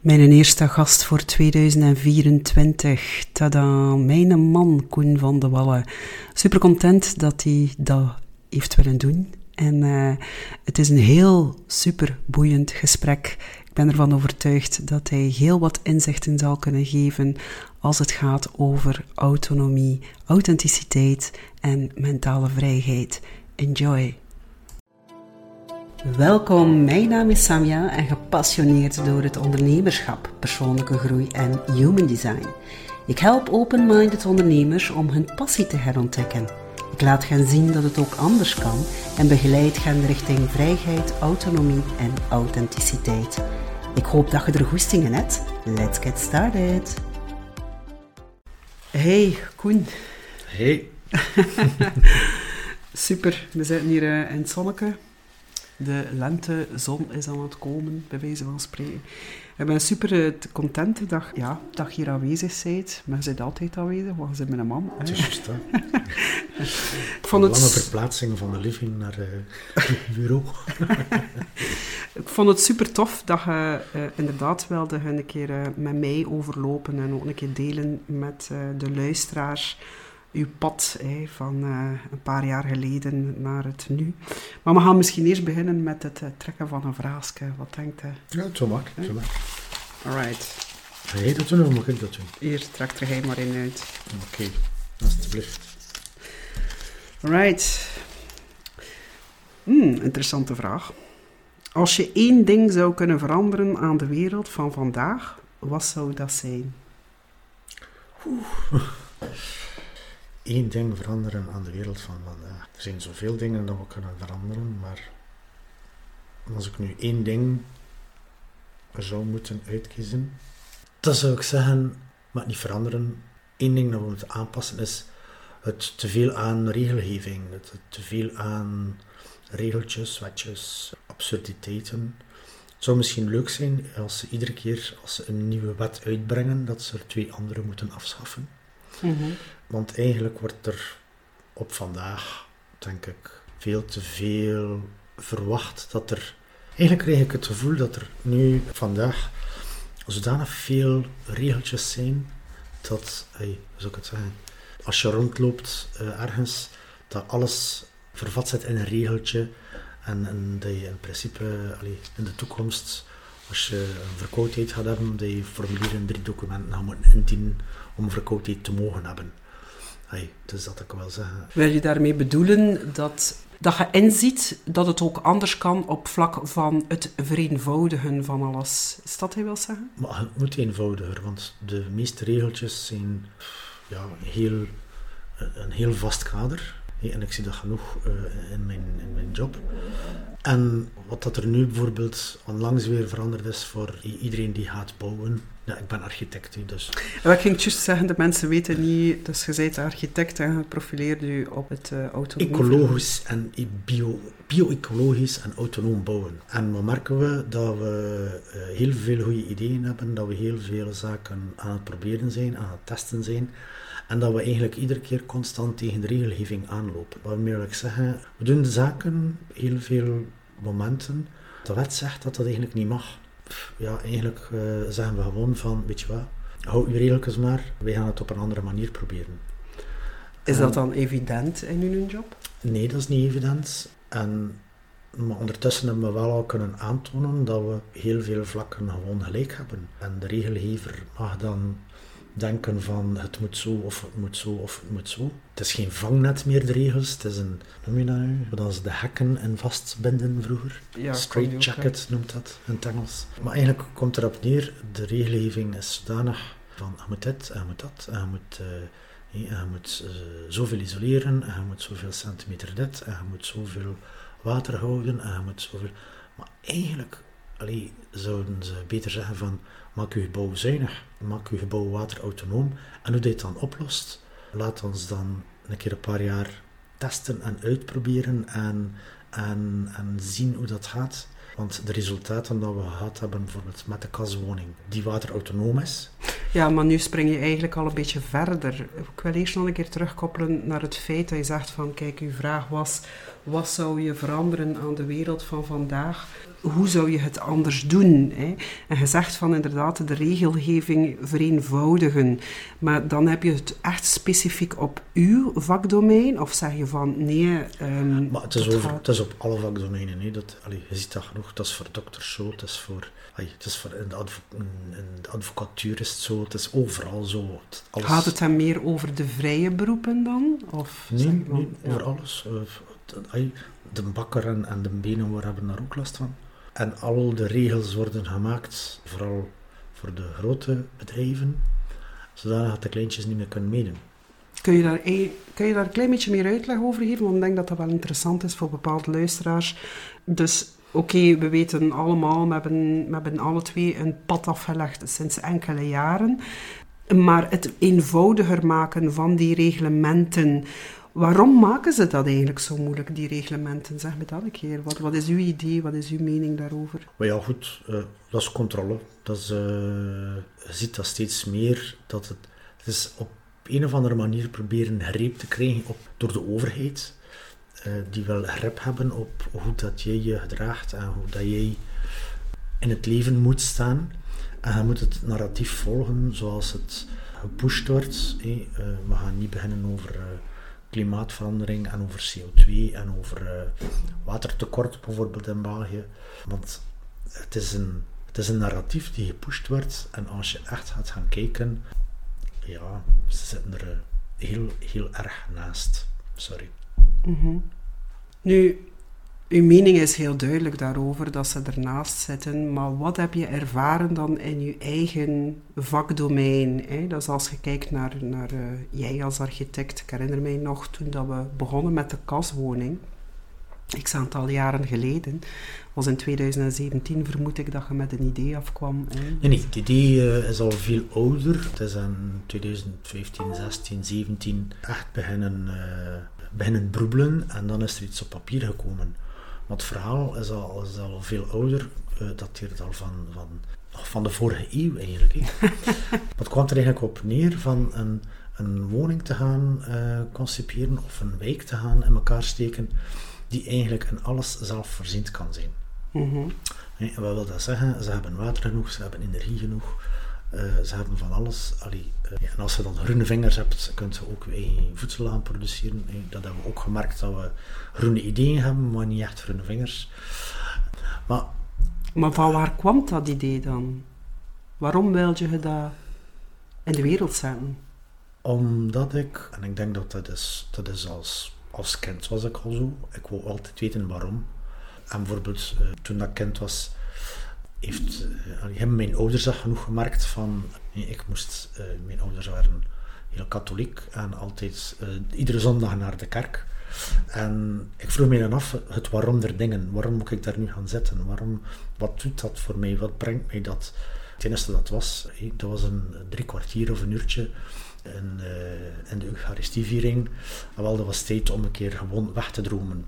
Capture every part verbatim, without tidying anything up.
Mijn eerste gast voor tweeduizend vierentwintig. Tada, mijn man Koen van de Wallen. Super content dat hij dat heeft willen doen. En uh, het is een heel super boeiend gesprek. Ik ben ervan overtuigd dat hij heel wat inzichten zal kunnen geven als het gaat over autonomie, authenticiteit en mentale vrijheid. Enjoy! Welkom, mijn naam is Samia en gepassioneerd door het ondernemerschap, persoonlijke groei en human design. Ik help open-minded ondernemers om hun passie te herontdekken. Ik laat hen zien dat het ook anders kan en begeleid hen richting vrijheid, autonomie en authenticiteit. Ik hoop dat je er goesting in hebt. Let's get started. Hey, Koen. Hey. Super, we zitten hier uh, in het zonneke. De lentezon is aan het komen, bij wijze van spreken. Ik ben super content dat, ja, dat je hier aanwezig bent. Maar je bent altijd aanwezig, want je bent mijn man. Het is juist, hè. Ik vond het... Een lange verplaatsing van de living naar uh, het bureau. Ik vond het super tof dat je uh, inderdaad wilde een keer uh, met mij overlopen en ook een keer delen met uh, de luisteraars uw pad hey, van uh, een paar jaar geleden naar het nu. Maar we gaan misschien eerst beginnen met het uh, trekken van een vraagje. Wat denkt u? Ja, zo maakt. Zo maakt. Alright. Ga jij dat doen of mag ik dat doen? Hier, trek er jij maar in uit. Oké, okay. Alsjeblieft. Alright. Hmm, interessante vraag. Als je één ding zou kunnen veranderen aan de wereld van vandaag, wat zou dat zijn? Oeh. Eén ding veranderen aan de wereld van vandaag. Er zijn zoveel dingen dat we kunnen veranderen, maar als ik nu één ding zou moeten uitkiezen, dan zou ik zeggen, maar niet veranderen. Één ding dat we moeten aanpassen is het teveel aan regelgeving, het teveel aan regeltjes, wetjes, absurditeiten. Het zou misschien leuk zijn als ze iedere keer als ze een nieuwe wet uitbrengen, dat ze er twee andere moeten afschaffen. Mm-hmm. Want eigenlijk wordt er op vandaag, denk ik, veel te veel verwacht dat er... Eigenlijk krijg ik het gevoel dat er nu vandaag zodanig veel regeltjes zijn dat, hey, hoe zou ik het zeggen, als je rondloopt uh, ergens, dat alles vervat zit in een regeltje en, en dat je in principe allee, in de toekomst, als je een verkoudheid gaat hebben, dat je formulieren in drie documenten gaat moeten indienen om een verkoudheid te mogen hebben. Hey, dus dat ik wel zeggen. Wil je daarmee bedoelen dat, dat je inziet dat het ook anders kan op vlak van het vereenvoudigen van alles? Is dat hij wil zeggen? Maar het moet eenvoudiger, want de meeste regeltjes zijn ja, heel, een heel vast kader. Hey, en ik zie dat genoeg uh, in, mijn, in mijn job. En wat dat er nu bijvoorbeeld onlangs weer veranderd is voor iedereen die gaat bouwen. Ja, ik ben architect, dus... En ik ging juist zeggen, de mensen weten niet, dus je bent architect en je profileert je op het uh, autonomie. Ecologisch en bio, bio-ecologisch en autonoom bouwen. En wat merken we? Dat we uh, heel veel goede ideeën hebben, dat we heel veel zaken aan het proberen zijn, aan het testen zijn. En dat we eigenlijk iedere keer constant tegen de regelgeving aanlopen. Waarmee wil ik zeggen, we doen de zaken, heel veel momenten. De wet zegt dat dat eigenlijk niet mag. Ja, eigenlijk uh, zeggen we gewoon van, weet je wat, hou je regeltjes maar, wij gaan het op een andere manier proberen. Is en, dat dan evident in uw job? Nee, dat is niet evident. En, maar ondertussen hebben we wel al kunnen aantonen dat we heel veel vlakken gewoon gelijk hebben. En de regelgever mag dan denken van het moet zo of het moet zo of het moet zo. Het is geen vangnet meer, de regels. Het is een, noem je dat nu? Dat is de hekken en vastbinden vroeger. Ja, straight jacket noemt dat in het Engels. Maar eigenlijk komt erop neer, de regelgeving is zodanig van je moet dit en je moet dat en je moet, uh, je moet uh, zoveel isoleren en je moet zoveel centimeter dit en je moet zoveel water houden en je moet zoveel... Maar eigenlijk allee, zouden ze beter zeggen van maak uw gebouw zuinig, maak uw gebouw waterautonoom en hoe dit dan oplost, laat ons dan een keer een paar jaar testen en uitproberen en, en, en zien hoe dat gaat. Want de resultaten dat we gehad hebben, bijvoorbeeld met de kaswoning, die waterautonoom is. Ja, maar nu spring je eigenlijk al een beetje verder. Ik wil eerst nog een keer terugkoppelen naar het feit dat je zegt van, kijk, uw vraag was, wat zou je veranderen aan de wereld van vandaag? Hoe zou je het anders doen? Hè? En je zegt van inderdaad de regelgeving vereenvoudigen. Maar dan heb je het echt specifiek op uw vakdomein? Of zeg je van nee... Um, maar het is, over, gaat... het is op alle vakdomeinen. Hè. Dat, allee, je ziet dat genoeg. Dat is voor dokters zo. Het is voor, allee, het is voor in, de advo, in, in de advocatuur is het zo. Het is overal zo. Het, alles... Gaat het dan meer over de vrije beroepen dan? Of nee, van, nee ja. over alles. De bakker en, en de benen hebben daar ook last van. En al de regels worden gemaakt, vooral voor de grote bedrijven, zodat de kleintjes niet meer kunnen meedoen. Kun je, daar, kun je daar een klein beetje meer uitleg over geven? Want ik denk dat dat wel interessant is voor bepaalde luisteraars. Dus oké, okay, we weten allemaal, we hebben, we hebben alle twee een pad afgelegd sinds enkele jaren. Maar het eenvoudiger maken van die reglementen... Waarom maken ze dat eigenlijk zo moeilijk, die reglementen? Zeg me dat een keer. Wat, wat is uw idee, wat is uw mening daarover? Maar ja, goed, uh, dat is controle. Dat is, uh, je ziet dat steeds meer. Dat het, het is op een of andere manier proberen greep te krijgen op, door de overheid. Uh, die wel grip hebben op hoe dat jij je gedraagt en hoe dat jij in het leven moet staan. En je moet het narratief volgen zoals het gepusht wordt. Hey, uh, we gaan niet beginnen over... Uh, klimaatverandering en over C O twee en over uh, watertekort bijvoorbeeld in België. Want het is, een, het is een narratief die gepusht wordt en als je echt gaat gaan kijken, ja, ze zitten er uh, heel, heel erg naast. Sorry. Mm-hmm. Nu, uw mening is heel duidelijk daarover dat ze ernaast zitten, maar wat heb je ervaren dan in je eigen vakdomein? Hè? Dat is als je kijkt naar, naar uh, jij als architect. Ik herinner mij nog toen dat we begonnen met de kaswoning. Ik een aantal jaren geleden. Was in twintig zeventien vermoed ik dat je met een idee afkwam. Hè? Nee, nee, het idee uh, is al veel ouder. Het is in twintig vijftien, zestien, zeventien echt beginnen, uh, beginnen broebelen en dan is er iets op papier gekomen. Maar het verhaal is al, is al veel ouder, uh, dateert al van, van, van de vorige eeuw eigenlijk. Het kwam er eigenlijk op neer van een, een woning te gaan uh, concipiëren of een wijk te gaan in elkaar steken die eigenlijk in alles zelfvoorziend kan zijn. Mm-hmm. En wat wil dat zeggen? Ze hebben water genoeg, ze hebben energie genoeg, uh, ze hebben van alles. Allee, uh, ja, en als je dan groene vingers hebt, kun je ook je eigen voedsel aan produceren. Hey, dat hebben we ook gemerkt, dat we groene ideeën hebben, maar niet echt groene vingers. Maar, maar van waar kwam dat idee dan? Waarom wilde je dat in de wereld zetten? Omdat ik, en ik denk dat dat is, dat is als, als kind was ik al zo, ik wou altijd weten waarom. En bijvoorbeeld, uh, toen ik kind was, heeft, uh, hebben mijn ouders dat genoeg gemerkt van, nee, ik moest, uh, mijn ouders waren heel katholiek en altijd uh, iedere zondag naar de kerk. En ik vroeg me dan af, het waarom der dingen, waarom moet ik daar nu gaan zitten, waarom, wat doet dat voor mij, wat brengt mij dat? Het enige dat was, hey, dat was een drie kwartier of een uurtje in, uh, in de Eucharistieviering. En wel, dat was tijd om een keer gewoon weg te dromen.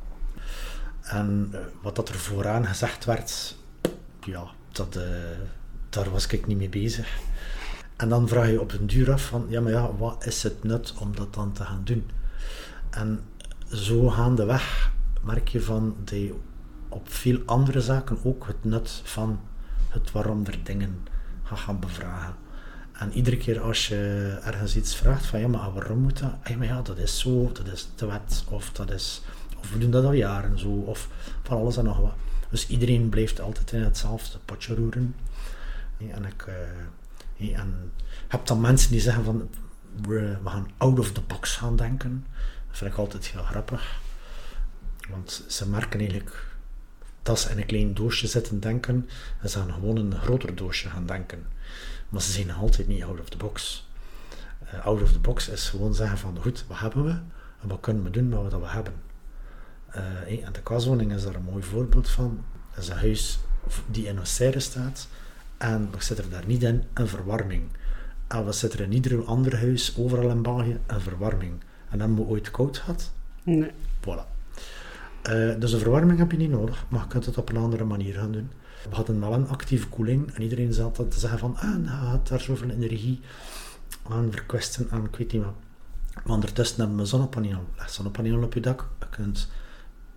En uh, wat dat er vooraan gezegd werd, ja, dat, uh, daar was ik niet mee bezig. En dan vraag je op een duur af van, ja, maar ja, wat is het nut om dat dan te gaan doen? En zo gaandeweg merk je van dat je op veel andere zaken ook het nut van het waarom er dingen gaat gaan bevragen. En iedere keer als je ergens iets vraagt van, ja, maar waarom moet dat? Ja, maar ja, dat is zo, dat is de wet, of dat is... Of we doen dat al jaren zo, of van alles en nog wat. Dus iedereen blijft altijd in hetzelfde potje roeren. En ik uh, en heb dan mensen die zeggen van, we gaan out of the box gaan denken. Dat vind ik altijd heel grappig. Want ze merken eigenlijk dat ze in een klein doosje zitten denken en ze gaan gewoon in een groter doosje gaan denken. Maar ze zijn nog altijd niet out of the box. Uh, out of the box is gewoon zeggen van, goed, wat hebben we? En wat kunnen we doen met wat we hebben? Uh, en de kaswoning is daar een mooi voorbeeld van. Dat is een huis die in een serre staat en we zitten er daar niet in een verwarming. En we zitten er in ieder ander huis, overal in België, een verwarming. En hebben we ooit koud gehad? Nee. Voilà. Uh, dus een verwarming heb je niet nodig, maar je kunt het op een andere manier gaan doen. We hadden wel een actieve koeling en iedereen zat te zeggen van, ah, nou, je had daar zoveel energie aan verkwesten en ik weet niet wat. Maar ondertussen hebben we zonnepanelen. Leg zonnepanelen op je dak, je kunt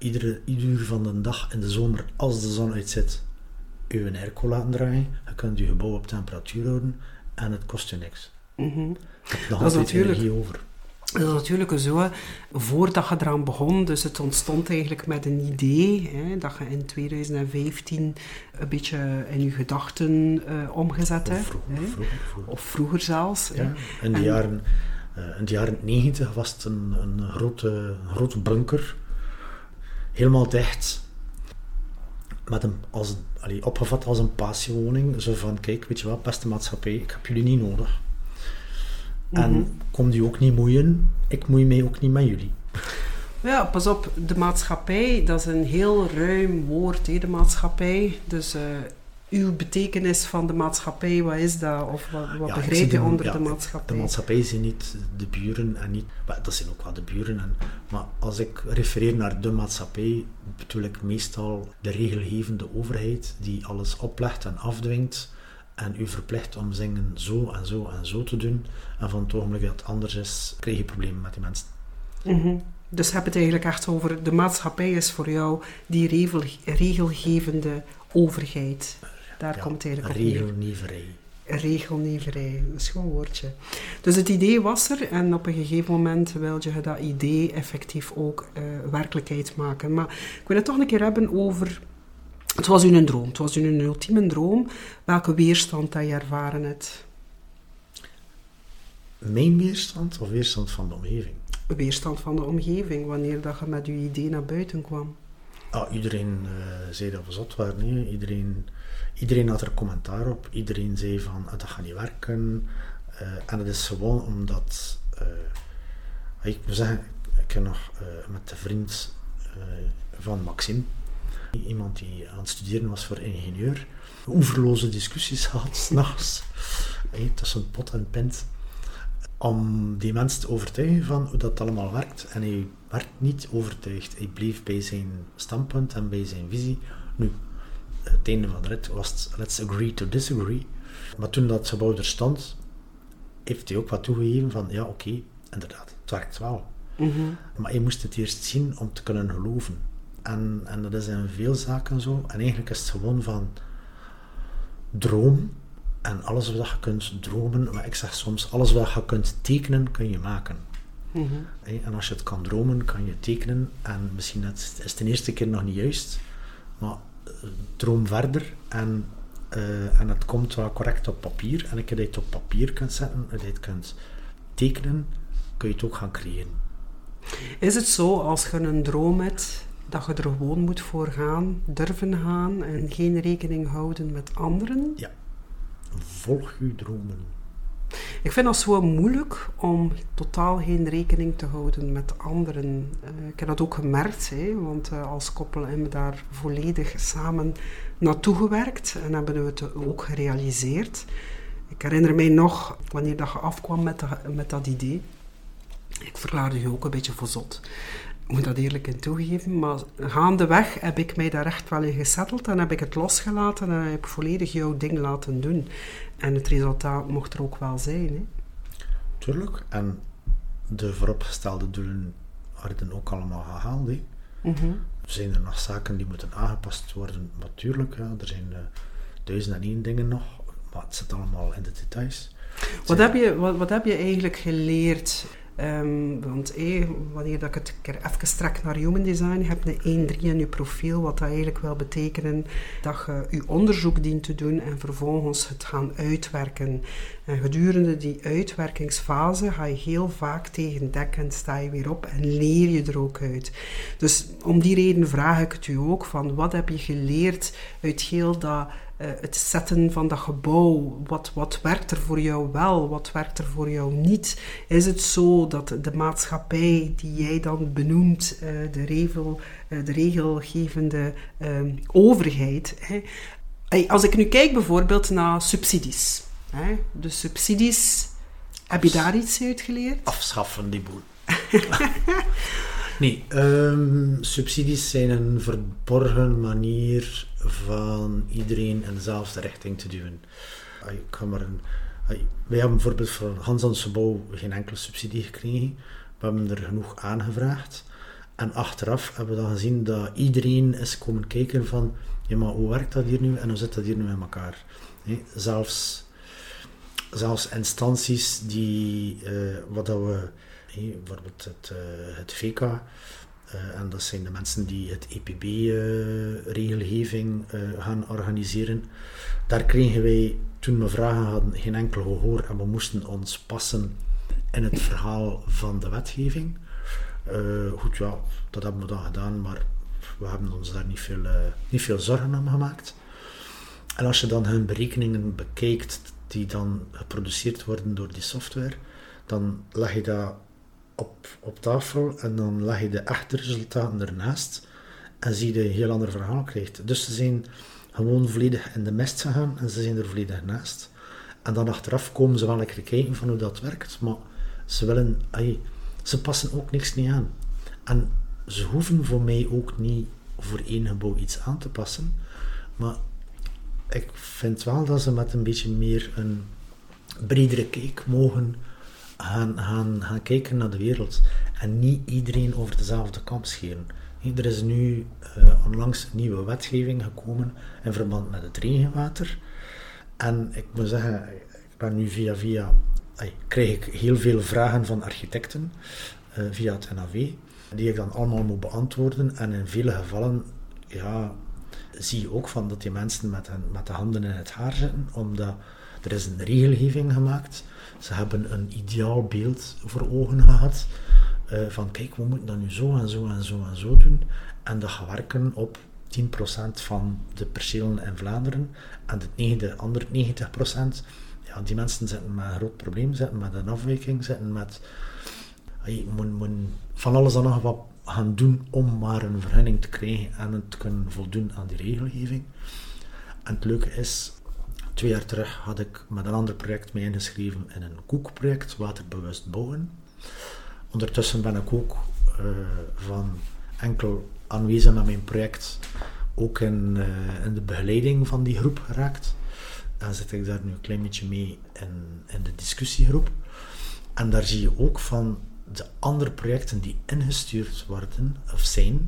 iedere, ieder uur van de dag in de zomer, als de zon uitzet, je airco laten draaien. Je kunt je gebouw op temperatuur houden en het kost je niks. Mm-hmm. Je hebt nog dat is altijd natuurlijk... energie over. Dat is natuurlijk zo, voordat je eraan begon, dus het ontstond eigenlijk met een idee, hè, dat je in twintig vijftien een beetje in je gedachten uh, omgezet hebt. Of vroeger, hè? vroeger, vroeger. Of vroeger zelfs. Ja, hè. in, de en, jaren, uh, in de jaren negentig was het een, een, grote, een grote bunker, helemaal dicht, met een, als, allee, opgevat als een passiewoning, zo van, kijk, weet je wat, beste maatschappij, ik heb jullie niet nodig. En mm-hmm. kom die ook niet moeien, ik moei mij ook niet met jullie. Ja, pas op, de maatschappij, dat is een heel ruim woord, hè, de maatschappij. Dus uh, uw betekenis van de maatschappij, wat is dat? Of wat, wat ja, begrijp je de, onder ja, de maatschappij? De maatschappij zijn niet de buren en niet... Maar dat zijn ook wel de buren. En, maar als ik refereer naar de maatschappij, bedoel ik meestal de regelgevende overheid die alles oplegt en afdwingt en u verplicht om zingen zo en zo en zo te doen. En van het ogenblik dat het anders is, krijg je problemen met die mensen. Mm-hmm. Dus heb het eigenlijk echt over, de maatschappij is voor jou die regel, regelgevende overheid. Daar ja, komt het eigenlijk op neer. Regelnieverij. Regelnieverij, dat is gewoon een woordje. Dus het idee was er en op een gegeven moment wilde je dat idee effectief ook uh, werkelijkheid maken. Maar ik wil het toch een keer hebben over... Het was een droom, het was een ultieme droom. Welke weerstand dat je ervaren hebt? Mijn weerstand of weerstand van de omgeving? Weerstand van de omgeving, wanneer dat je met je idee naar buiten kwam. Ah, iedereen uh, zei dat we zot waren. Nee? Iedereen, iedereen had er commentaar op. Iedereen zei van, ah, dat gaat niet werken. Uh, en het is gewoon omdat... Uh, ik moet zeggen, ik heb nog uh, met de vriend uh, van Maxime, iemand die aan het studeren was voor ingenieur, oeverloze discussies gehad, 's nachts, hey, tussen pot en pint, om die mensen te overtuigen van hoe dat allemaal werkt. En hij werd niet overtuigd. Hij bleef bij zijn standpunt en bij zijn visie. Nu, het einde van de rit was het, let's agree to disagree. Maar toen dat gebouw er stond, heeft hij ook wat toegegeven van, ja, oké, okay, inderdaad, het werkt wel. Mm-hmm. Maar hij moest het eerst zien om te kunnen geloven. En, en dat is in veel zaken zo. En eigenlijk is het gewoon van droom. En alles wat je kunt dromen, maar ik zeg soms, alles wat je kunt tekenen, kun je maken. Mm-hmm. En als je het kan dromen, kan je tekenen. En misschien is het de eerste keer nog niet juist, maar droom verder. En, uh, en het komt wel correct op papier. En als je het op papier kunt zetten, als je het kunt tekenen, kun je het ook gaan creëren. Is het zo, als je een droom hebt, dat je er gewoon moet voor gaan, durven gaan en geen rekening houden met anderen? Ja. Volg je dromen. Ik vind dat zo moeilijk om totaal geen rekening te houden met anderen. Uh, ik heb dat ook gemerkt, hè, want uh, als koppel hebben we daar volledig samen naartoe gewerkt en hebben we het ook gerealiseerd. Ik herinner mij nog, wanneer dat je afkwam met, de, met dat idee, ik verklaarde je ook een beetje voor zot. Ik moet dat eerlijk in toegeven, maar gaandeweg heb ik mij daar echt wel in gesetteld en heb ik het losgelaten en heb ik volledig jouw ding laten doen. En het resultaat mocht er ook wel zijn. Hè? Tuurlijk, en de vooropgestelde doelen werden ook allemaal gehaald. Hè. Mm-hmm. Zijn er nog zaken die moeten aangepast worden? Natuurlijk, ja, er zijn uh, duizend en één dingen nog, maar het zit allemaal in de details. Wat heb je, wat, wat heb je eigenlijk geleerd? Um, want eh, wanneer dat ik het keer even trek naar human design, heb je een één drie in je profiel, wat dat eigenlijk wil betekenen dat je je onderzoek dient te doen en vervolgens het gaan uitwerken. En gedurende die uitwerkingsfase ga je heel vaak tegen dek en sta je weer op en leer je er ook uit. Dus om die reden vraag ik het u ook, van wat heb je geleerd uit heel dat Uh, het zetten van dat gebouw, wat, wat werkt er voor jou wel, wat werkt er voor jou niet? Is het zo dat de maatschappij die jij dan benoemt, uh, de, regel, uh, de regelgevende uh, overheid, hè? Hey, als ik nu kijk bijvoorbeeld naar subsidies, hè? De subsidies, heb je daar iets uit geleerd? Afschaffen die boel. Nee, um, subsidies zijn een verborgen manier van iedereen in dezelfde richting te duwen. Ik kan maar een, wij hebben bijvoorbeeld voor Hans Hans Gebouw geen enkele subsidie gekregen. We hebben er genoeg aangevraagd. En achteraf hebben we dan gezien dat iedereen is komen kijken van, ja, maar hoe werkt dat hier nu en hoe zit dat hier nu in elkaar? He, zelfs, zelfs instanties die, uh, wat dat we, hey, bijvoorbeeld het, uh, het V K, uh, en dat zijn de mensen die het E P B-regelgeving uh, uh, gaan organiseren, daar kregen wij, toen we vragen hadden, geen enkel gehoor en we moesten ons passen in het verhaal van de wetgeving. Uh, goed, ja, dat hebben we dan gedaan, maar we hebben ons daar niet veel, uh, niet veel zorgen om gemaakt. En als je dan hun berekeningen bekijkt, die dan geproduceerd worden door die software, dan leg je dat op, op tafel en dan leg je de echte resultaten ernaast en zie je een heel ander verhaal krijgt. Dus ze zijn gewoon volledig in de mist gegaan en ze zijn er volledig naast. En dan achteraf komen ze wel een keer kijken van hoe dat werkt, maar ze willen, ay, ze passen ook niks niet aan. En ze hoeven voor mij ook niet voor één gebouw iets aan te passen, maar ik vind wel dat ze met een beetje meer een bredere kijk mogen gaan, gaan, gaan kijken naar de wereld. En niet iedereen over dezelfde kam scheren. Er is nu uh, onlangs een nieuwe wetgeving gekomen in verband met het regenwater. En ik moet zeggen, ik ben nu via via, ay, krijg ik heel veel vragen van architecten uh, via het N A V, die ik dan allemaal moet beantwoorden. En in vele gevallen, ja, zie je ook van dat die mensen met, hen, met de handen in het haar zitten, omdat er is een regelgeving gemaakt. Ze hebben een ideaal beeld voor ogen gehad, uh, van kijk, we moeten dat nu zo en zo en zo en zo doen. En dat gaat werken op tien procent van de percelen in Vlaanderen. En de, de andere negentig procent, ja, die mensen zitten met een groot probleem, zitten met een afwijking, zitten met... Je moet, moet van alles en nog wat gaan doen om maar een vergunning te krijgen en te kunnen voldoen aan die regelgeving. En het leuke is, twee jaar terug had ik met een ander project mij ingeschreven in een koekproject, waterbewust bouwen. Ondertussen ben ik ook uh, van enkel aanwezig met mijn project ook in, uh, in de begeleiding van die groep geraakt. Dan zit ik daar nu een klein beetje mee in, in de discussiegroep. En daar zie je ook van de andere projecten die ingestuurd worden, of zijn,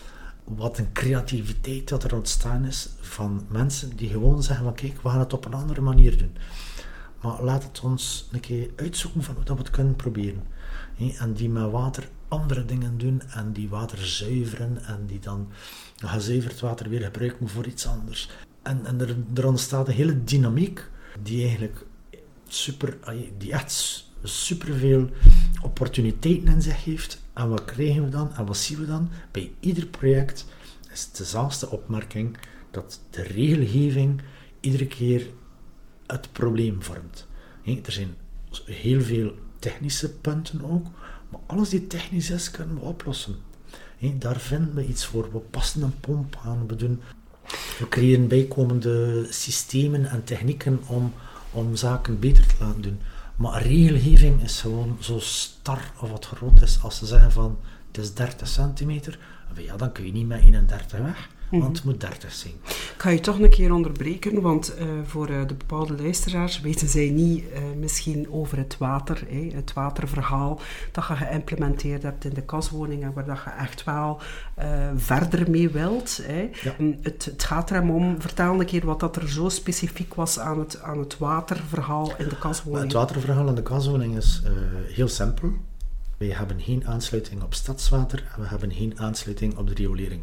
wat een creativiteit dat er ontstaan is van mensen die gewoon zeggen van kijk, we gaan het op een andere manier doen. Maar laat het ons een keer uitzoeken van hoe dat we het kunnen proberen. En die met water andere dingen doen en die water zuiveren en die dan gezuiverd water weer gebruiken voor iets anders. En, en er, er ontstaat een hele dynamiek die eigenlijk super, die echt superveel opportuniteiten in zich heeft. En wat krijgen we dan? En wat zien we dan? Bij ieder project is het dezelfde opmerking dat de regelgeving iedere keer het probleem vormt. Er zijn heel veel technische punten ook, maar alles die technisch is, kunnen we oplossen. Daar vinden we iets voor. We passen een pomp aan, we doen... We creëren bijkomende systemen en technieken om, om zaken beter te laten doen. Maar regelgeving is gewoon zo star of wat groot is. Als ze zeggen van het is dertig centimeter, ja, dan kun je niet met eenendertig weg, want het moet dertig zijn. Ik ga je toch een keer onderbreken, want uh, voor uh, de bepaalde luisteraars weten zij niet uh, misschien over het water, hè, het waterverhaal dat je geïmplementeerd hebt in de kaswoningen, waar dat je echt wel uh, verder mee wilt. Hè. Ja. Het, het gaat er hem om, vertel een keer wat dat er zo specifiek was aan het, aan het waterverhaal in de kaswoning. Het waterverhaal in de kaswoning is uh, heel simpel. We hebben geen aansluiting op stadswater en we hebben geen aansluiting op de riolering.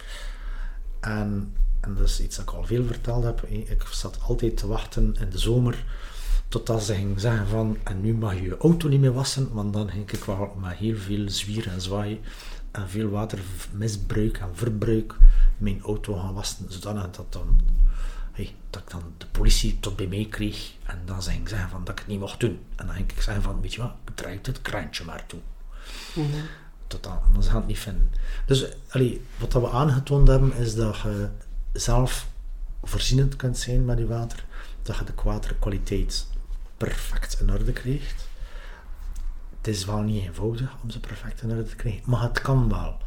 En, en dat is iets dat ik al veel verteld heb. Ik zat altijd te wachten in de zomer totdat ze gingen zeggen van en nu mag je je auto niet meer wassen, want dan ging ik wel met heel veel zwier en zwaai en veel watermisbruik en verbruik mijn auto gaan wassen, zodanig dat, dan, hey, dat ik dan de politie tot bij mij kreeg en dan ze gingen zeggen van dat ik het niet mocht doen. En dan ging ik zeggen van, weet je wat, draai het kraantje maar toe. Mm-hmm. Totaal, maar ze gaan het niet vinden. Dus allee, wat we aangetoond hebben is dat je zelf voorzienend kunt zijn met je water, dat je de waterkwaliteit perfect in orde krijgt. Het is wel niet eenvoudig om ze perfect in orde te krijgen, maar het kan wel.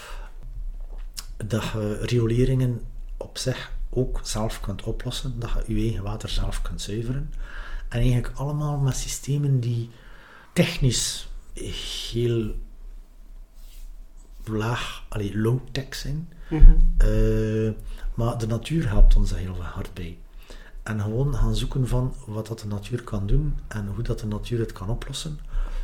Dat je rioleringen op zich ook zelf kunt oplossen, dat je je eigen water zelf kunt zuiveren. En eigenlijk allemaal met systemen die technisch heel laag, allee, low-tech zijn. Mm-hmm. Uh, maar de natuur helpt ons daar heel hard bij. En gewoon gaan zoeken van wat dat de natuur kan doen en hoe dat de natuur het kan oplossen.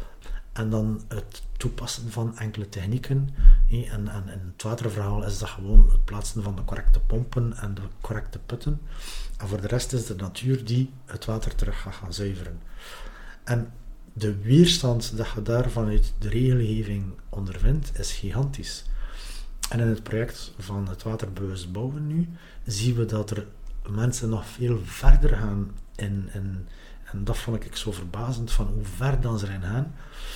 En dan het toepassen van enkele technieken. Hé, en, en in het waterverhaal is dat gewoon het plaatsen van de correcte pompen en de correcte putten. En voor de rest is de natuur die het water terug gaat gaan zuiveren. En de weerstand dat je daar vanuit de regelgeving ondervindt, is gigantisch. En in het project van het waterbewust bouwen nu, zien we dat er mensen nog veel verder gaan in, in en dat vond ik zo verbazend, van hoe ver dan ze erin gaan.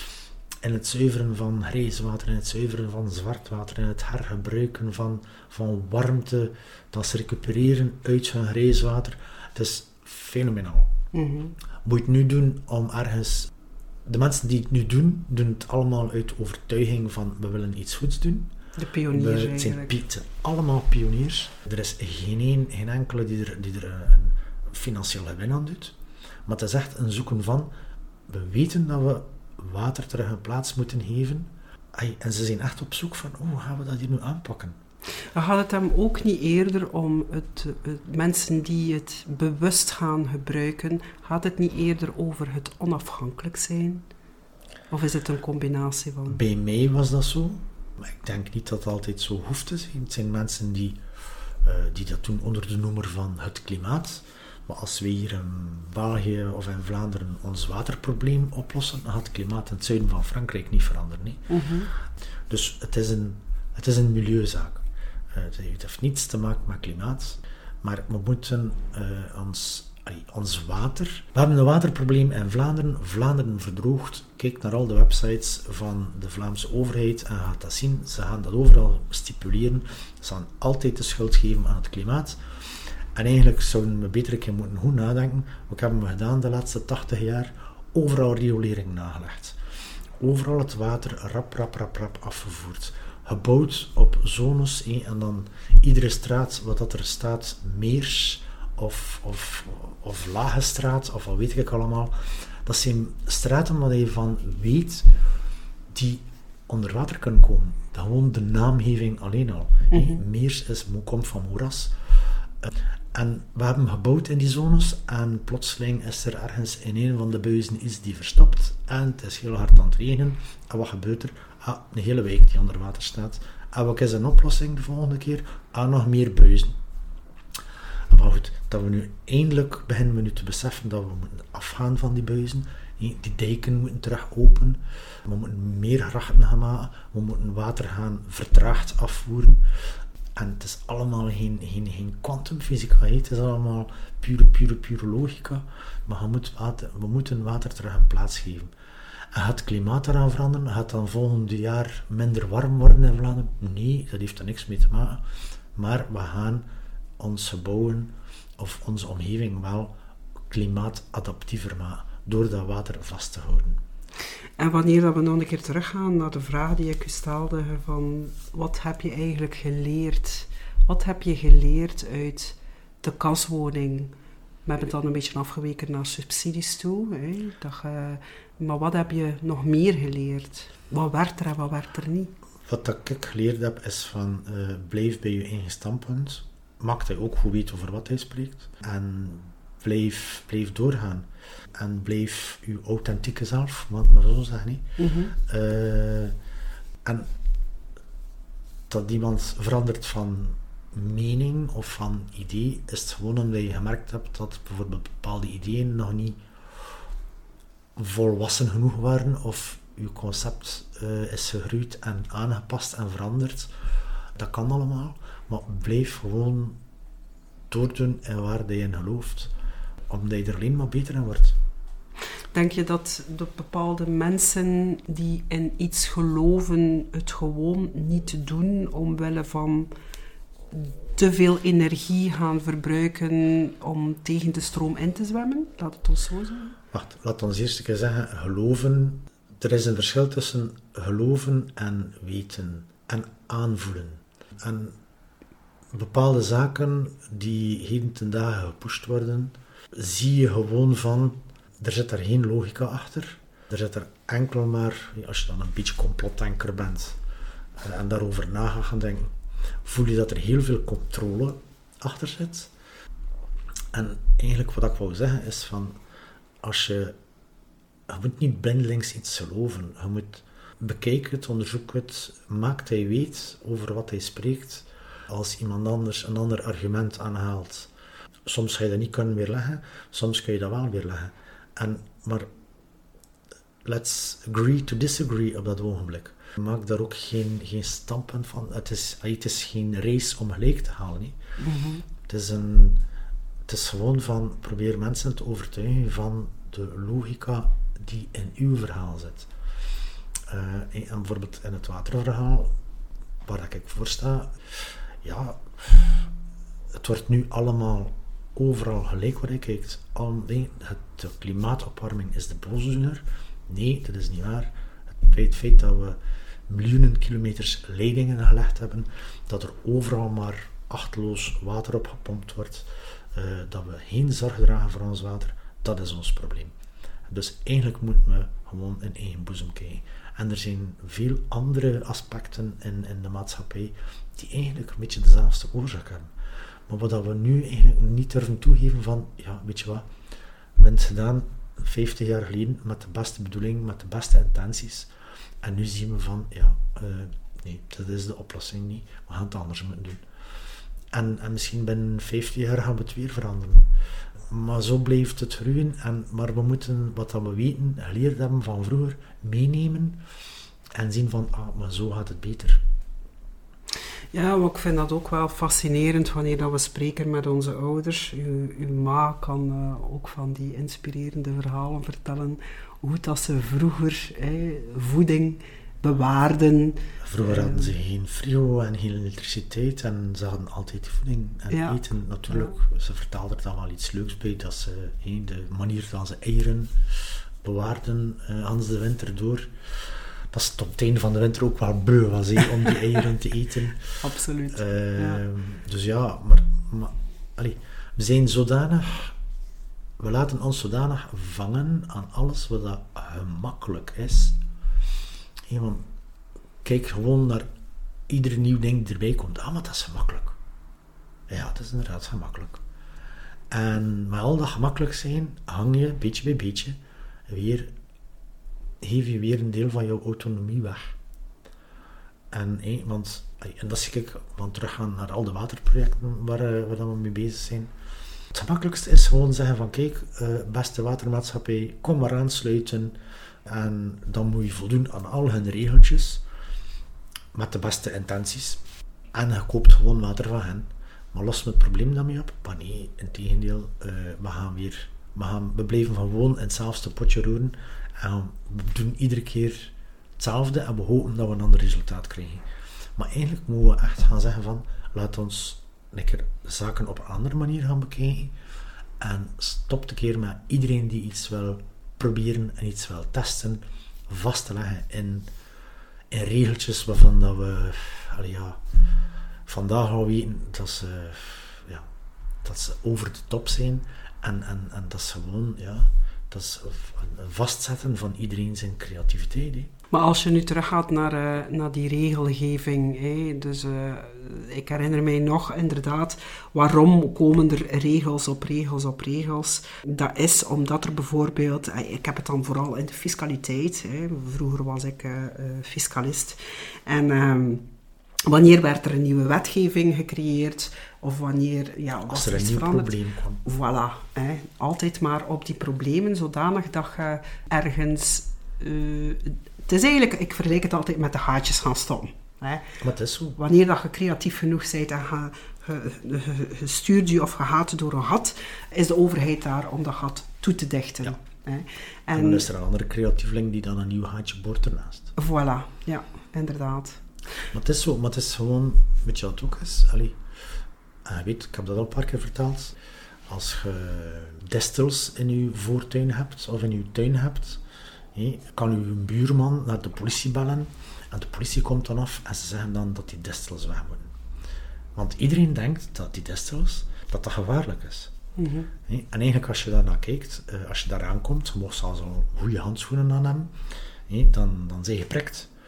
In het zuiveren van grijs water, in het zuiveren van zwart water, in het hergebruiken van, van warmte, dat ze recupereren uit hun grijs water. Het is fenomenaal. Mm-hmm. Moet je het nu doen om ergens... De mensen die het nu doen, doen het allemaal uit overtuiging van we willen iets goeds doen. De pioniers we, het, zijn, eigenlijk. het zijn allemaal pioniers. Er is geen, een, geen enkele die er, die er een financiële win aan doet. Maar het is echt een zoeken van, we weten dat we water terug een plaats moeten geven. Ay, en ze zijn echt op zoek van, hoe gaan we dat hier nu aanpakken? Gaat het hem ook niet eerder om het, het mensen die het bewust gaan gebruiken, gaat het niet eerder over het onafhankelijk zijn? Of is het een combinatie van? Bij mij was dat zo, maar ik denk niet dat het altijd zo hoeft te zijn. Het zijn mensen die, uh, die dat doen onder de noemer van het klimaat. Maar als we hier in België of in Vlaanderen ons waterprobleem oplossen, dan gaat het klimaat in het zuiden van Frankrijk niet veranderen. Nee? Mm-hmm. Dus het is een, het is een milieuzaak. Uh, het heeft niets te maken met klimaat, maar we moeten uh, ons, allee, ons water... We hebben een waterprobleem in Vlaanderen. Vlaanderen verdroogt. Kijk naar al de websites van de Vlaamse overheid en gaat dat zien. Ze gaan dat overal stipuleren. Ze gaan altijd de schuld geven aan het klimaat. En eigenlijk zouden we beter een keer moeten goed nadenken. Wat hebben we gedaan de laatste tachtig jaar? Overal riolering nagelegd. Overal het water rap, rap, rap, rap afgevoerd. Gebouwd op zones, eh, en dan iedere straat, wat dat er staat, meers of, of, of lage straat, of wat weet ik allemaal. Dat zijn straten waar je van weet, die onder water kunnen komen. Dat gewoon de naamgeving alleen al. Mm-hmm. Eh, meers is, komt van moeras. Uh, En we hebben gebouwd in die zones en plotseling is er ergens in een van de buizen iets die verstopt en het is heel hard aan het regenen. En wat gebeurt er? Ah, een hele wijk die onder water staat. En wat is een oplossing de volgende keer? Ah, nog meer buizen. En maar goed, dat we nu eindelijk beginnen we nu te beseffen dat we moeten afgaan van die buizen. Die dijken moeten terug open. We moeten meer grachten gaan maken. We moeten water gaan vertraagd afvoeren. En het is allemaal geen, geen, geen kwantumfysica, het is allemaal pure, pure, pure logica. Maar je moet water, we moeten water terug een plaats geven. En gaat het klimaat eraan veranderen? Gaat het dan volgend jaar minder warm worden in Vlaanderen? Nee, dat heeft er niks mee te maken. Maar we gaan ons gebouwen of onze omgeving wel klimaatadaptiever maken, door dat water vast te houden. En wanneer dat we nog een keer teruggaan naar de vraag die ik u stelde, van wat heb je eigenlijk geleerd? Wat heb je geleerd uit de kaswoning? We hebben het dan een beetje afgeweken naar subsidies toe. Hè? Dat je, maar wat heb je nog meer geleerd? Wat werkt er en wat werkt er niet? Wat dat ik geleerd heb is van uh, blijf bij je eigen standpunt. Maak dat je ook goed weet over wat hij spreekt. En blijf, blijf doorgaan. En blijf je authentieke zelf, want maar zo zeggen niet. Mm-hmm. Uh, en dat iemand verandert van mening of van idee, is het gewoon omdat je gemerkt hebt dat bijvoorbeeld bepaalde ideeën nog niet volwassen genoeg waren, of je concept uh, is gegroeid en aangepast en veranderd. Dat kan allemaal, maar blijf gewoon doordoen en waar je in gelooft, omdat je er alleen maar beter in wordt. Denk je dat de bepaalde mensen die in iets geloven het gewoon niet doen omwille van te veel energie gaan verbruiken om tegen de stroom in te zwemmen? Laat het ons zo zeggen. Wacht, laat ons eerst een keer zeggen, geloven. Er is een verschil tussen geloven en weten en aanvoelen. En bepaalde zaken die heden ten dagen gepusht worden, zie je gewoon van, er zit er geen logica achter. Er zit er enkel maar, als je dan een beetje complotdenker bent, uh, en daarover na gaat gaan denken, voel je dat er heel veel controle achter zit. En eigenlijk wat ik wou zeggen is van, als je, je moet niet blindelings iets geloven. Je moet bekijken het, onderzoek het, maak dat je weet over wat hij spreekt. Als iemand anders een ander argument aanhaalt, soms ga je dat niet kunnen weerleggen, soms kun je dat wel weerleggen. En, maar let's agree to disagree op dat ogenblik. Maak daar ook geen, geen standpunt van. Het is, het is geen race om gelijk te halen. Nee. Mm-hmm. Het is een... Het is gewoon van, probeer mensen te overtuigen van de logica die in uw verhaal zit. Uh, en bijvoorbeeld in het waterverhaal, waar ik voor sta, ja, het wordt nu allemaal overal gelijk waar je kijkt. Al, nee, het, de klimaatopwarming is de boosdoener. Nee, dat is niet waar. Het, het feit dat we miljoenen kilometers leidingen gelegd hebben, dat er overal maar achteloos water opgepompt wordt, Uh, dat we geen zorg dragen voor ons water, dat is ons probleem. Dus eigenlijk moeten we gewoon in eigen boezem kijken. En er zijn veel andere aspecten in, in de maatschappij die eigenlijk een beetje dezelfde oorzaak hebben. Maar wat we nu eigenlijk niet durven toegeven van, ja, weet je wat, we hebben het gedaan vijftig jaar geleden met de beste bedoeling, met de beste intenties. En nu zien we van, ja, uh, nee, dat is de oplossing niet. We gaan het anders moeten doen. En, en misschien binnen vijftig jaar gaan we het weer veranderen. Maar zo blijft het groeien. En, maar we moeten wat dat we weten, geleerd hebben van vroeger, meenemen. En zien van, ah, maar zo gaat het beter. Ja, maar ik vind dat ook wel fascinerend wanneer dat we spreken met onze ouders. Uw, uw ma kan uh, ook van die inspirerende verhalen vertellen. Hoe dat ze vroeger eh, voeding bewaarden. Vroeger hadden ze geen frigo en geen elektriciteit en ze hadden altijd voeding en ja. eten. Natuurlijk, ja. Ze vertelde er dan wel iets leuks bij, dat ze he, de manier dat ze eieren bewaarden, uh, Hans de winter door. Dat ze tot het einde van de winter ook wel beu was he, om die eieren te eten. Absoluut. Uh, ja. Dus ja, maar, maar allee, we zijn zodanig, we laten ons zodanig vangen aan alles wat dat gemakkelijk is. Hey, want kijk gewoon naar ieder nieuw ding die erbij komt. Ah, maar dat is gemakkelijk. Ja, dat is inderdaad gemakkelijk. En met al dat gemakkelijk zijn, hang je beetje bij beetje weer, geef je weer een deel van jouw autonomie weg. En, hey, want, en dat zie ik, want teruggaan naar al de waterprojecten waar, waar we mee bezig zijn. Het gemakkelijkste is gewoon zeggen van, kijk, uh, beste watermaatschappij, kom maar aansluiten. En dan moet je voldoen aan al hun regeltjes, met de beste intenties. En je koopt gewoon water van hen. Maar lost het probleem daarmee op? Maar nee, integendeel, uh, we gaan weer, we, gaan, we blijven gewoon in hetzelfde potje roeren. En we doen iedere keer hetzelfde en we hopen dat we een ander resultaat krijgen. Maar eigenlijk moeten we echt gaan zeggen van, laat ons een keer zaken op een andere manier gaan bekijken. En stop een keer met iedereen die iets wil proberen en iets wil testen, vast te leggen in, in regeltjes waarvan dat we allee, ja, vandaag al weten dat ze, ja, dat ze over de top zijn en, en, en dat ze gewoon, ja, dat is een vastzetten van iedereen zijn creativiteit. Hè. Maar als je nu teruggaat naar, uh, naar die regelgeving, hè, dus uh, ik herinner mij nog inderdaad, waarom komen er regels op regels op regels? Dat is omdat er bijvoorbeeld, uh, ik heb het dan vooral in de fiscaliteit, hè, vroeger was ik uh, uh, fiscalist, en uh, wanneer werd er een nieuwe wetgeving gecreëerd, of wanneer ja, was als er er een iets nieuw veranderd. probleem kwam. Voilà, hè, altijd maar op die problemen, zodanig dat je ergens... Uh, het is eigenlijk, ik vergelijk het altijd met de gaatjes gaan stoppen. Hè. Maar het is zo. Wanneer dat je creatief genoeg bent en je, je, je, je stuurt je of je gaat door een gat, is de overheid daar om dat gat toe te dichten. Ja. Hè. En, En dan is er een andere creatieveling die dan een nieuw gaatje boort ernaast. Voilà, ja, inderdaad. Maar het is zo, maar het is gewoon, weet je wat het ook is? Allee, en je weet, ik heb dat al een paar keer verteld, als je distels in je voortuin hebt, of in je tuin hebt, hé, kan uw buurman naar de politie bellen, en de politie komt dan af, en ze zeggen dan dat die distels weg moeten. Want iedereen denkt dat die distels, dat dat gevaarlijk is. Mm-hmm. Hé, en eigenlijk als je daarnaar kijkt, als je daar aankomt, je mocht zelfs al goede handschoenen aan hebben, hé, dan, dan zijn je geprikt.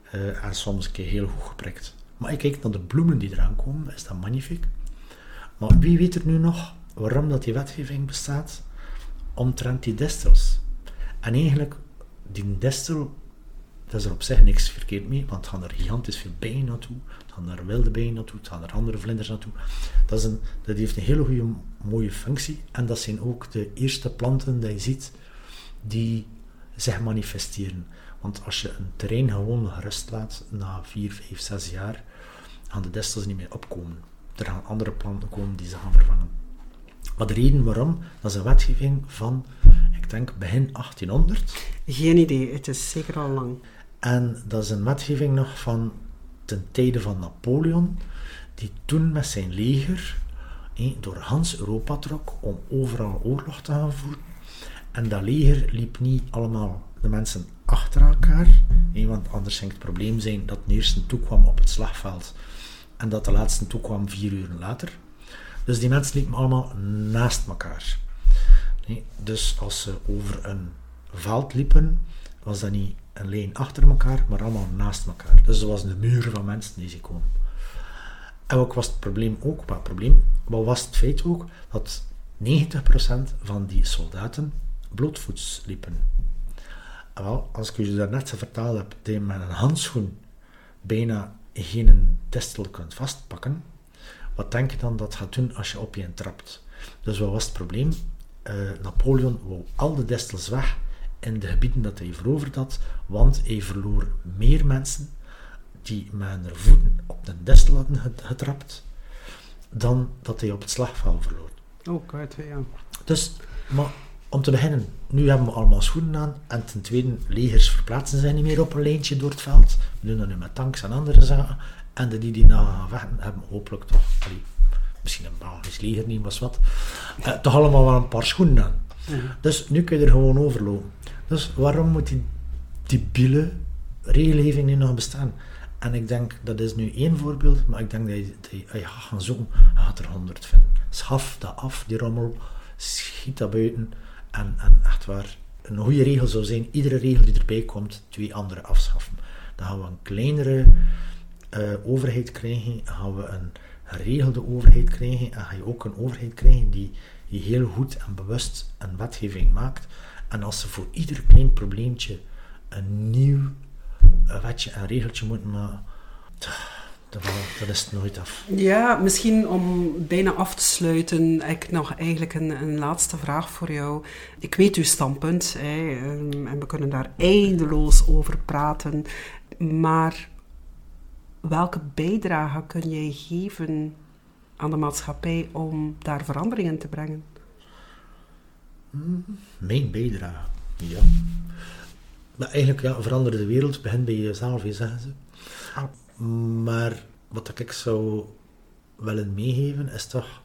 Uh, en soms een keer heel goed geprikt. Maar je kijkt naar de bloemen die eraan komen, is dat magnifiek. Maar wie weet er nu nog waarom dat die wetgeving bestaat omtrent die distels? En eigenlijk, die distel, daar is er op zich niks verkeerd mee, want het gaan er gigantisch veel bijen naartoe, het gaan er wilde bijen naartoe, het gaan er andere vlinders naartoe. Dat, is een, dat heeft een hele goede, mooie functie. En dat zijn ook de eerste planten die je ziet die zich manifesteren. Want als je een terrein gewoon gerust laat, na vier, vijf, zes jaar, gaan de distels niet meer opkomen. Er gaan andere planten komen die ze gaan vervangen. Maar de reden waarom, dat is een wetgeving van, ik denk, begin achttienhonderd. Geen idee, het is zeker al lang. En dat is een wetgeving nog van ten tijde van Napoleon, die toen met zijn leger hé, door Hans Europa trok om overal oorlog te gaan voeren. En dat leger liep niet allemaal de mensen achter elkaar, hé, want anders ging het probleem zijn dat de eerste toekwam op het slagveld en dat de laatste toekwam vier uur later. Dus die mensen liepen allemaal naast elkaar. Nee, dus als ze over een veld liepen, was dat niet een lijn achter elkaar, maar allemaal naast elkaar. Dus er was een muur van mensen die ze komen. En wat was het probleem ook? Wat, het probleem, wat was het feit ook? Dat negentig procent van die soldaten blootvoets liepen. En wel, als ik je daarnet verteld heb, dat je met een handschoen bijna geen distel kunt vastpakken, wat denk je dan dat gaat doen als je op je trapt? Dus wat was het probleem? Uh, Napoleon wou al de distels weg in de gebieden dat hij veroverd had, want hij verloor meer mensen die met hun voeten op de distel hadden getrapt, dan dat hij op het slagveld verloor. Oh, kijk, ja. Dus, maar om te beginnen, nu hebben we allemaal schoenen aan, en ten tweede, legers verplaatsen zich niet meer op een lijntje door het veld. We doen dat nu met tanks en andere zaken. En de die die na gaan vechten, hebben hopelijk toch, allee, misschien een Belgisch leger niet, was wat, uh, toch allemaal wel een paar schoenen aan. Ja. Dus nu kun je er gewoon overlopen. Dus waarom moet die debiele regelgeving nu nog bestaan? En ik denk, dat is nu één voorbeeld, maar ik denk dat je, dat je, als je gaat gaan zoeken, je gaat er honderd vinden. Schaf dat af, die rommel, schiet dat buiten. En, en echt waar, een goede regel zou zijn, iedere regel die erbij komt, twee andere afschaffen. Dan gaan we een kleinere uh, overheid krijgen, gaan we een geregelde overheid krijgen, en ga je ook een overheid krijgen die, die heel goed en bewust een wetgeving maakt. En als ze voor ieder klein probleempje een nieuw uh, wetje en regeltje moeten maken, dat, dat is het nooit af. Ja, misschien om bijna af te sluiten, heb ik nog eigenlijk een, een laatste vraag voor jou. Ik weet uw standpunt, hè, en we kunnen daar eindeloos over praten, maar welke bijdrage kun jij geven aan de maatschappij om daar verandering in te brengen? Mijn bijdrage? Ja. Maar eigenlijk, ja, verander de wereld, begin bij jezelf, zeggen ze. Ah. Maar wat ik zou willen meegeven, is toch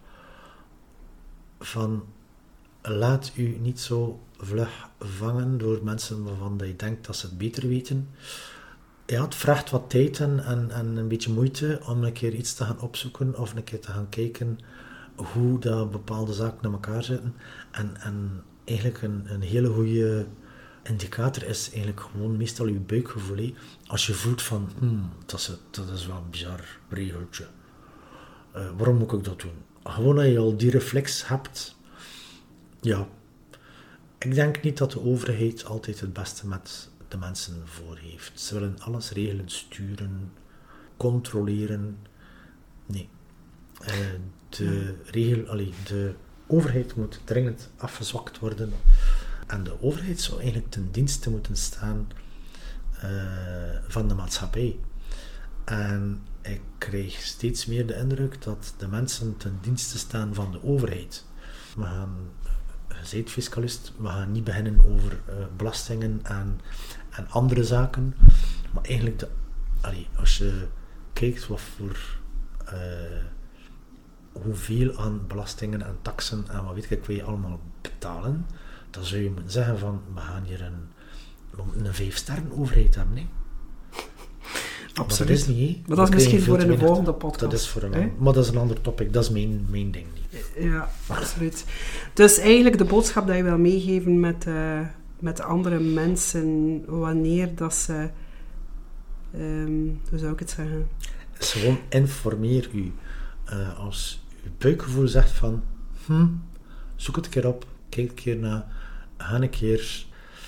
van, laat u niet zo vlug vangen door mensen waarvan je denkt dat ze het beter weten. Ja, het vraagt wat tijd en, en, en een beetje moeite om een keer iets te gaan opzoeken of een keer te gaan kijken hoe dat bepaalde zaken naar elkaar zitten. En, en eigenlijk een, een hele goede indicator is eigenlijk gewoon meestal je buikgevoel. He. Als je voelt van, hmm, dat, is, dat is wel een bizar regeltje. Uh, waarom moet ik dat doen? Gewoon dat je al die reflex hebt. Ja. Ik denk niet dat de overheid altijd het beste met de mensen voor heeft. Ze willen alles regelen, sturen, controleren. Nee. Uh, de, regel, allee, de overheid moet dringend afgezwakt worden. En de overheid zou eigenlijk ten dienste moeten staan uh, van de maatschappij. En ik krijg steeds meer de indruk dat de mensen ten dienste staan van de overheid. We gaan, je bent fiscalist, we gaan niet beginnen over uh, belastingen en, en andere zaken. Maar eigenlijk, de, allee, als je kijkt wat voor, uh, hoeveel aan belastingen en taxen en wat weet ik, wil je allemaal betalen, dan zou je moeten zeggen van, we gaan hier een, een vijf-sterren overheid hebben, nee? Absoluut. Maar dat is niet, he? Maar dat is misschien voor in de volgende podcast. Dat is voor een, eh? Maar dat is een ander topic, dat is mijn, mijn ding niet. Ja, absoluut. Dus eigenlijk de boodschap dat je wil meegeven met, uh, met andere mensen, wanneer dat ze Um, hoe zou ik het zeggen? Het is gewoon informeer u. Uh, als uw buikgevoel zegt van, hm, zoek het een keer op, kijk een keer naar, ga een keer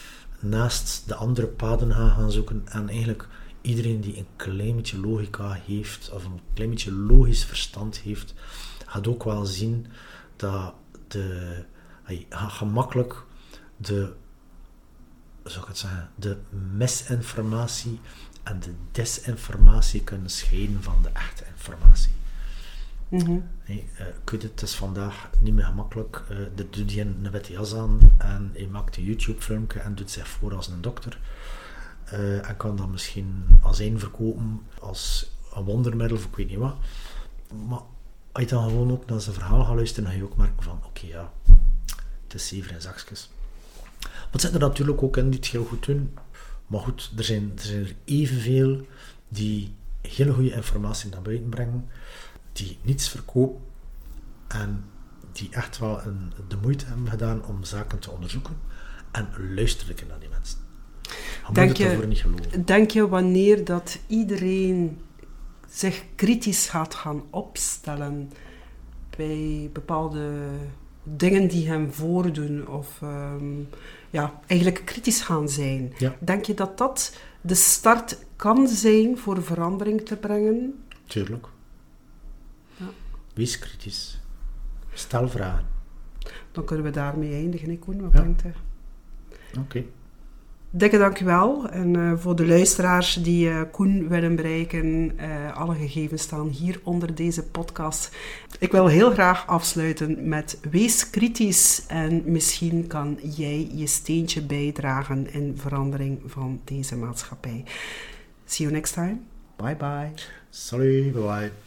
naast de andere paden gaan, gaan zoeken. En eigenlijk iedereen die een klein beetje logica heeft, of een klein beetje logisch verstand heeft, gaat ook wel zien dat de, hij gaat gemakkelijk de, zou ik het zeggen, de misinformatie en de desinformatie kunnen scheiden van de echte informatie. Mm-hmm. Hey, uh, ik weet het, het is vandaag niet meer gemakkelijk. Uh, er doet hij een witte jas aan en hij maakt een YouTube-filmpje en doet zich voor als een dokter. Uh, en kan dat misschien als één verkopen, als een wondermiddel of ik weet niet wat. Maar als je dan gewoon ook naar zijn verhaal gaat luisteren, dan ga je ook merken van, oké, okay, ja, het is zeven in zakjes. Maar het zit er natuurlijk ook in die het heel goed doen. Maar goed, er zijn, er zijn er evenveel die hele goede informatie naar buiten brengen, die niets verkopen en die echt wel een, de moeite hebben gedaan om zaken te onderzoeken. En luister ik naar die mensen. Je denk moet het je, daarvoor niet geloven. Denk je wanneer dat iedereen zich kritisch gaat gaan opstellen bij bepaalde dingen die hem voordoen of um, ja, eigenlijk kritisch gaan zijn. Ja. Denk je dat dat de start kan zijn voor verandering te brengen? Tuurlijk. Ja. Wees kritisch. Stel vragen. Dan kunnen we daarmee eindigen, hè, Koen? Wat ja. denkt je? Oké. Okay. Dikke dankjewel. En uh, voor de luisteraars die uh, Koen willen bereiken, uh, alle gegevens staan hier onder deze podcast. Ik wil heel graag afsluiten met wees kritisch en misschien kan jij je steentje bijdragen in verandering van deze maatschappij. See you next time. Bye bye. Salut, bye bye.